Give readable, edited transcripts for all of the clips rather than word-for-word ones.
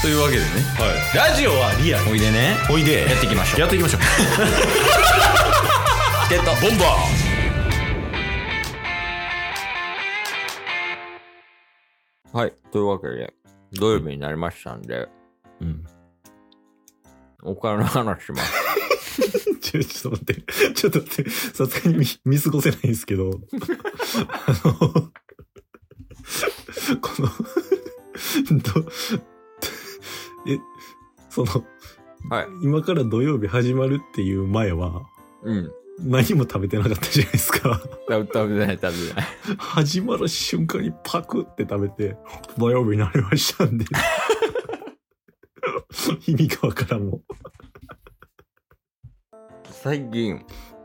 というわけでね、 ラジオはリアル。 おいでね、 おいでやっていきましょう。 やっていきましょう。 チケットボンバー。はい、というわけで土曜日になりましたんで、お金の話します。 ちょっと待って、さすがに見過ごせないんですけど、このはい、 今から土曜日始まるっていう前は、何も食べてなかったじゃないですか。 食べてない。 始まる瞬間にパクって食べて、土曜日になりましたんで。意味がわからんもん。 最近、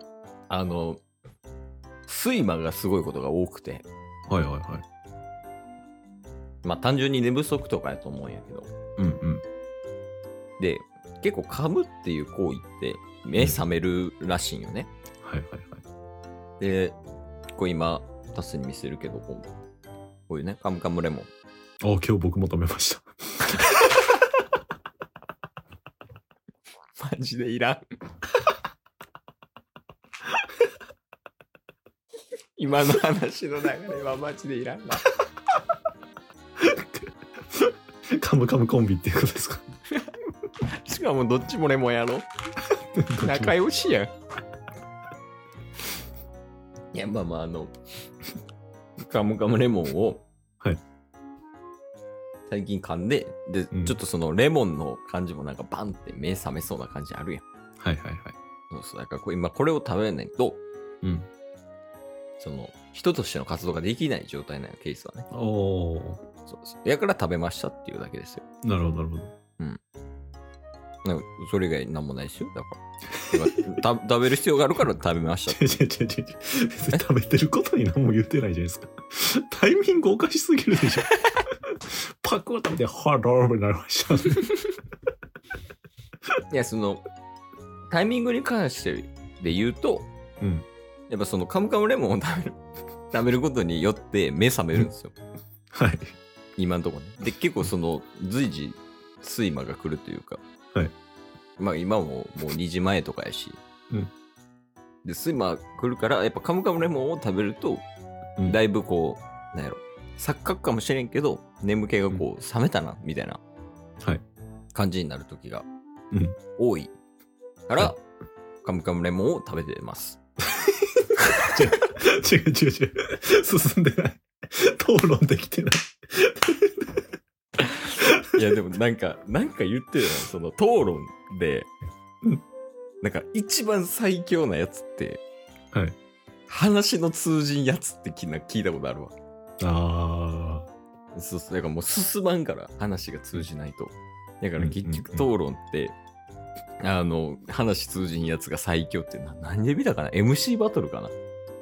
睡魔がすごいことが多くて。 はいはいはい。 まあ単純に寝不足とかやと思うんやけど。で、結構噛むっていう行為って目覚めるらしいんよね。 はいはいはい。 で、こう今、タスに見せるけど、こういうね、カムカムレモン。 今日僕も食べました。 マジでいらん。今の話の流れはマジでいらんな。 カムカムコンビっていうことですか？ しかもどっちもレモンやろ。仲良しやん。いや、まあカムカムレモンを、最近噛んで、ちょっとそのレモンの感じもなんかバンって目覚めそうな感じあるやん。 はいはいはい。 そう、だから今これを食べないと、その人としての活動ができない状態なケースはね。そうやから食べましたっていうだけですよ。 なるほどなるほど。 なんかそれ以外なんもないですよ。だから食べる必要があるから食べました。 別に食べてることに何も言ってないじゃないですか。タイミングおかしすぎるでしょ。パクを食べてハードになりました。 いや、そのタイミングに関してで言うと、やっぱそのカムカムレモンを食べることによって目覚めるんですよ。 はい。 今のところね。で、結構その随時睡魔が来るというか、まあ今もう2時前とかやし、で睡魔来るからやっぱカムカムレモンを食べると、だいぶこうなんやろ、錯覚かもしれんけど眠気がこう冷めたなみたいな感じになる時が多いから、カムカムレモンを食べてます。 違う進んでない。討論できてない。 いやでもなんか言ってるの、その討論で、なんか一番最強なやつって、話の通じんやつって聞いたことあるわ。そうだからもう進まんから、話が通じないと。だから結局討論って話通じんやつが最強って何で見たかな、 MC バトルかな、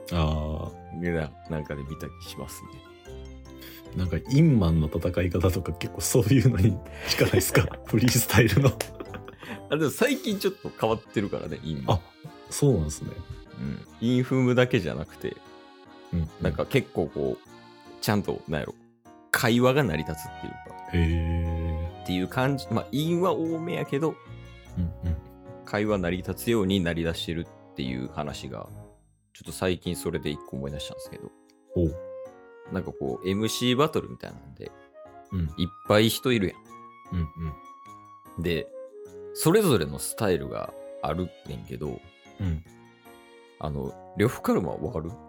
なんかで見た気しますね。 なんかインマンの戦い方とか結構そういうのに近ないですか？フリースタイルの。 でも最近ちょっと変わってるからね、インマン。 そうなんですね。 インフムだけじゃなくて、なんか結構こうちゃんとなんやろ、会話が成り立つっていうか、っていう感じ。まあインは多めやけど、会話成り立つようになりだしてるっていう話が、ちょっと最近それで一個思い出したんですけど、なんかこう MC バトルみたいなんで、いっぱい人いるやん。で、それぞれのスタイルがあるねんけど、呂布カルマわかる？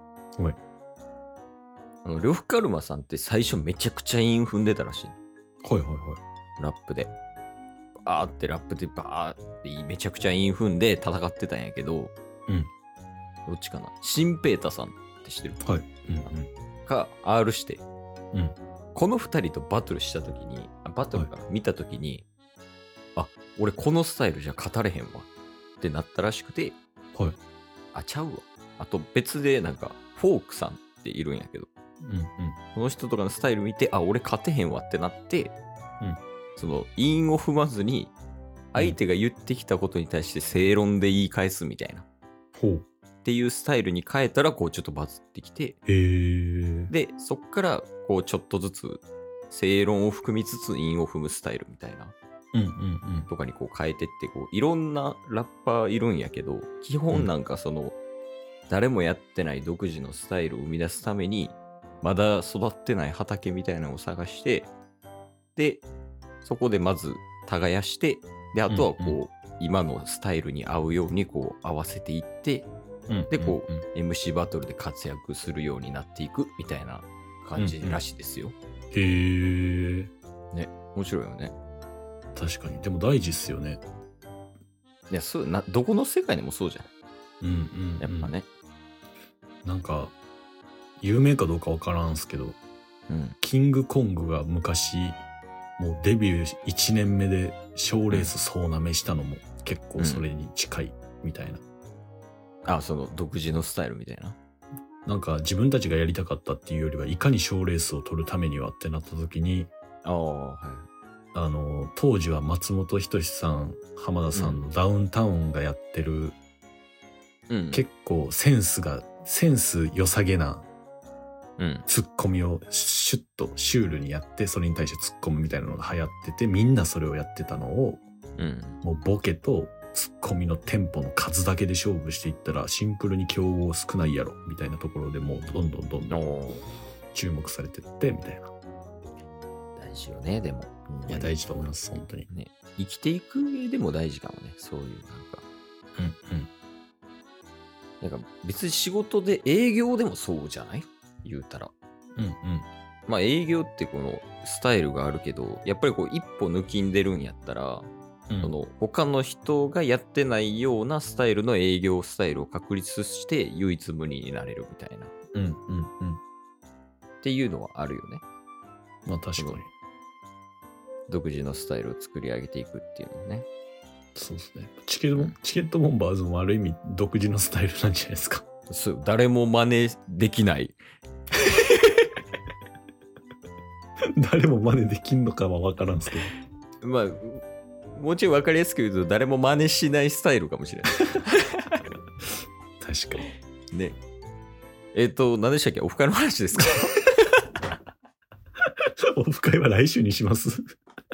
呂布カルマさんって最初めちゃくちゃ韻踏んでたらしい。ラップで。バーってめちゃくちゃ韻踏んで戦ってたんやけど、どっちかな、シンペータさんって知ってる？か R して、この2人とバトルした時に、見た時に、俺このスタイルじゃ勝たれへんわってなったらしくて、ちゃうわ、あと別でなんかフォークさんっているんやけど、この人とかのスタイル見て、俺勝てへんわってなって、その韻を踏まずに相手が言ってきたことに対して正論で言い返すみたいな、っていうスタイルに変えたらこうちょっとバズってきて、でそっからこうちょっとずつ正論を含みつつ韻を踏むスタイルみたいなとかにこう変えてってこういろんなラッパーいるんやけど、基本なんかその、誰もやってない独自のスタイルを生み出すためにまだ育ってない畑みたいなのを探して、でそこでまず耕して、であとはこう、今のスタイルに合うようにこう合わせていって、でこう、MC バトルで活躍するようになっていくみたいな感じらしいですよ。 へえ。 ね、面白いよね。 確かに。でも大事っすよね。 いや、そうどこの世界でもそうじゃない。やっぱね。 なんか有名かどうかわからんすけど、キングコングが昔もうデビュー1年目で賞レース総なめしたのも結構それに近いみたいな。 その独自のスタイルみたいな。 なんか自分たちがやりたかったっていうよりはいかに賞レースを取るためにはってなった時に、当時は松本人志さん、浜田さんのダウンタウンがやってる、結構センス良さげなツッコミをシュッとシュールにやって、それに対してツッコむみたいなのが流行ってて、みんなそれをやってたのを、もうボケとツッコミのテンポの数だけで勝負していったらシンプルに競合少ないやろみたいなところでもうどんどん注目されてってみたいな。 大事よね。でもいや大事と思います、本当にね。生きていく上でも大事かもね。そういうなんか別に仕事で営業でもそうじゃない？言うたら。まあ営業ってこのスタイルがあるけど、やっぱりこう一歩抜きんでるんやったら、その他の人がやってないようなスタイルの営業スタイルを確立して唯一無二になれるみたいな。っていうのはあるよね。 まあ確かに。 独自のスタイルを作り上げていくっていうのね。 そうですね。チケットボンバーズもある意味独自のスタイルなんじゃないですか。 そう、誰も真似できない。 誰も真似できんのかは分からんすけど。まあ、もちろん分かりやすく言うと誰も真似しないスタイルかもしれない。 確かに。ね。何でしたっけ？オフ会の話ですか？ オフ会は来週にします。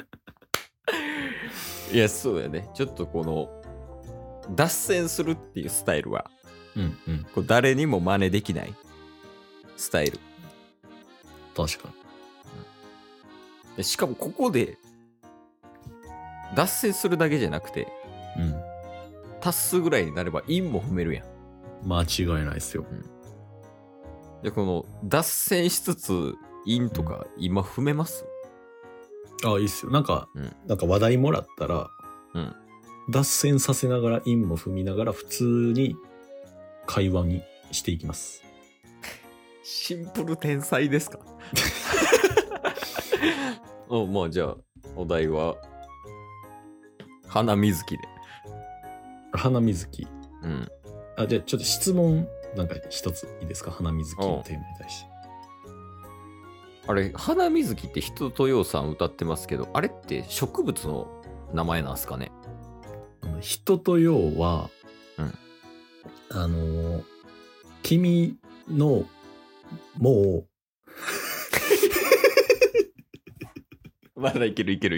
いや、そうやね。ちょっとこの脱線するっていうスタイルは、こう誰にも真似できないスタイル。 確かに。しかもここで脱線するだけじゃなくて、足すぐらいになれば韻も踏めるやん。 間違いないですよ。 で、この脱線しつつ韻とか今踏めます？ いいっすよ。なんか話題もらったら、脱線させながら韻も踏みながら普通に会話にしていきます。 シンプル天才ですか？まあじゃあお題は花水木で。 花水木。じゃあちょっと質問なんか一ついいですか？花水木のテーマに対して。 あれ、花水木って人とようさん歌ってますけど、あれって植物の名前なんすかね？ 人とようは、君のもうまだいける。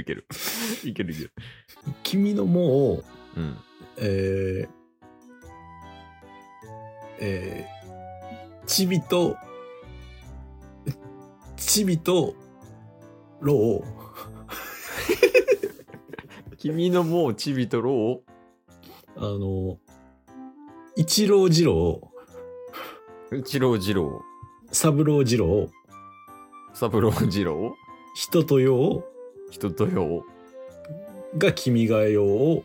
君のもう、ちびとろう君のもうちびとろう一郎二郎三郎二郎人とようが君が代を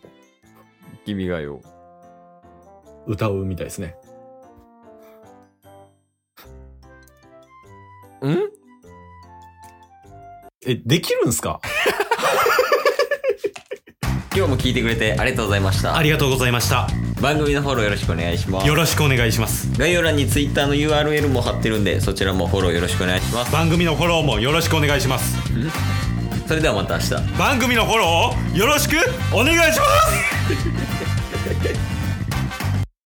歌うみたいですね。できるんすか？ 今日も聞いてくれてありがとうございました。 ありがとうございました。 番組のフォローよろしくお願いします。 よろしくお願いします。 概要欄に Twitter の URL も貼ってるんで、そちらもフォローよろしくお願いします。 番組のフォローもよろしくお願いします。 それではまた明日。 番組のフォローをよろしくお願いします。